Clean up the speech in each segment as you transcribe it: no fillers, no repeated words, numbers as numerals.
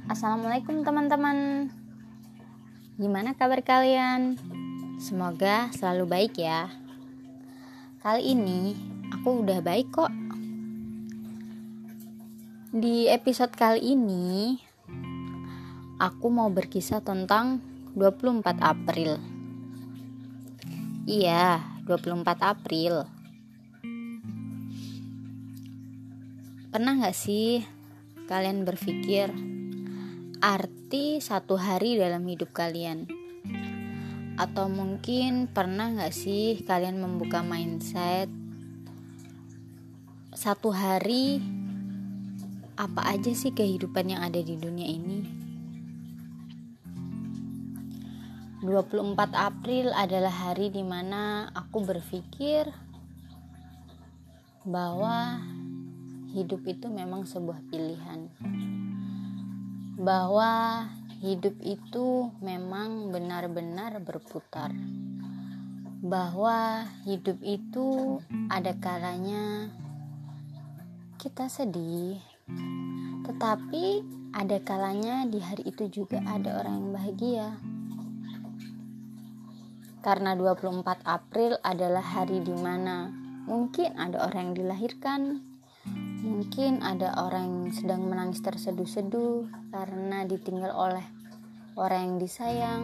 Assalamualaikum teman-teman. Gimana kabar kalian? Semoga selalu baik ya. Kali ini aku udah baik kok. Di episode kali ini aku mau berkisah tentang 24 April. Iya, 24 April. Pernah gak sih kalian berpikir arti satu hari dalam hidup kalian? Atau mungkin pernah gak sih kalian membuka mindset satu hari apa aja sih kehidupan yang ada di dunia ini? 24 April adalah hari dimana aku berpikir bahwa hidup itu memang sebuah pilihan, bahwa hidup itu memang benar-benar berputar, bahwa hidup itu ada kalanya kita sedih, tetapi ada kalanya di hari itu juga ada orang yang bahagia. Karena 24 April adalah hari dimana mungkin ada orang yang dilahirkan, mungkin ada orang yang sedang menangis terseduh-seduh karena ditinggal oleh orang yang disayang.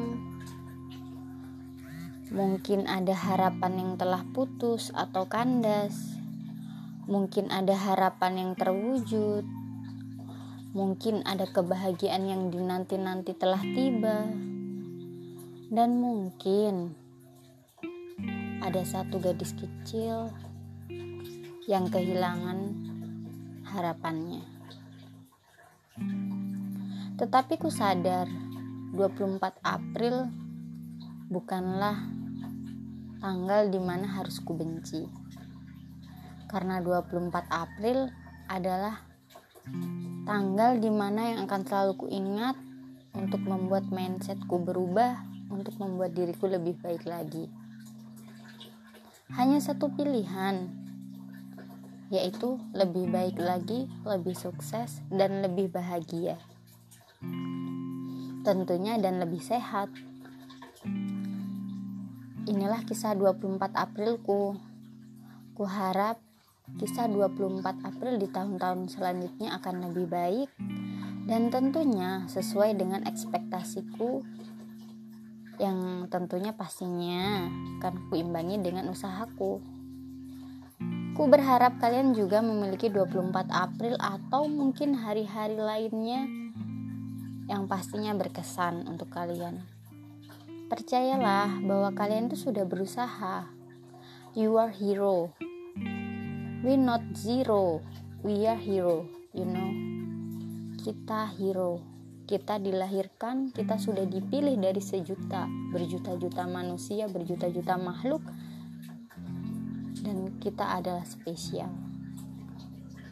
Mungkin ada harapan yang telah putus atau kandas. Mungkin ada harapan yang terwujud. Mungkin ada kebahagiaan yang dinanti-nanti telah tiba. Dan mungkin ada satu gadis kecil yang kehilangan harapannya. Tetapi ku sadar 24 April bukanlah tanggal dimana harus ku benci. Karena 24 April adalah tanggal dimana yang akan selalu ku ingat untuk membuat mindsetku berubah, untuk membuat diriku lebih baik lagi. Hanya satu pilihan, yaitu lebih baik lagi, lebih sukses, dan lebih bahagia. Tentunya dan lebih sehat. Inilah kisah 24 Aprilku. Ku harap kisah 24 April di tahun-tahun selanjutnya akan lebih baik dan tentunya sesuai dengan ekspektasiku yang tentunya pastinya akan kuimbangi dengan usahaku. Ku berharap kalian juga memiliki 24 April atau mungkin hari-hari lainnya yang pastinya berkesan untuk kalian. Percayalah bahwa kalian tuh sudah berusaha. You are hero. We not zero. We are hero. You know. Kita hero. Kita dilahirkan, kita sudah dipilih dari berjuta-juta manusia, berjuta-juta makhluk, dan kita adalah spesial.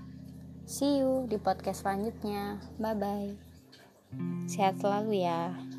See you di podcast selanjutnya. Bye bye. Sehat selalu ya.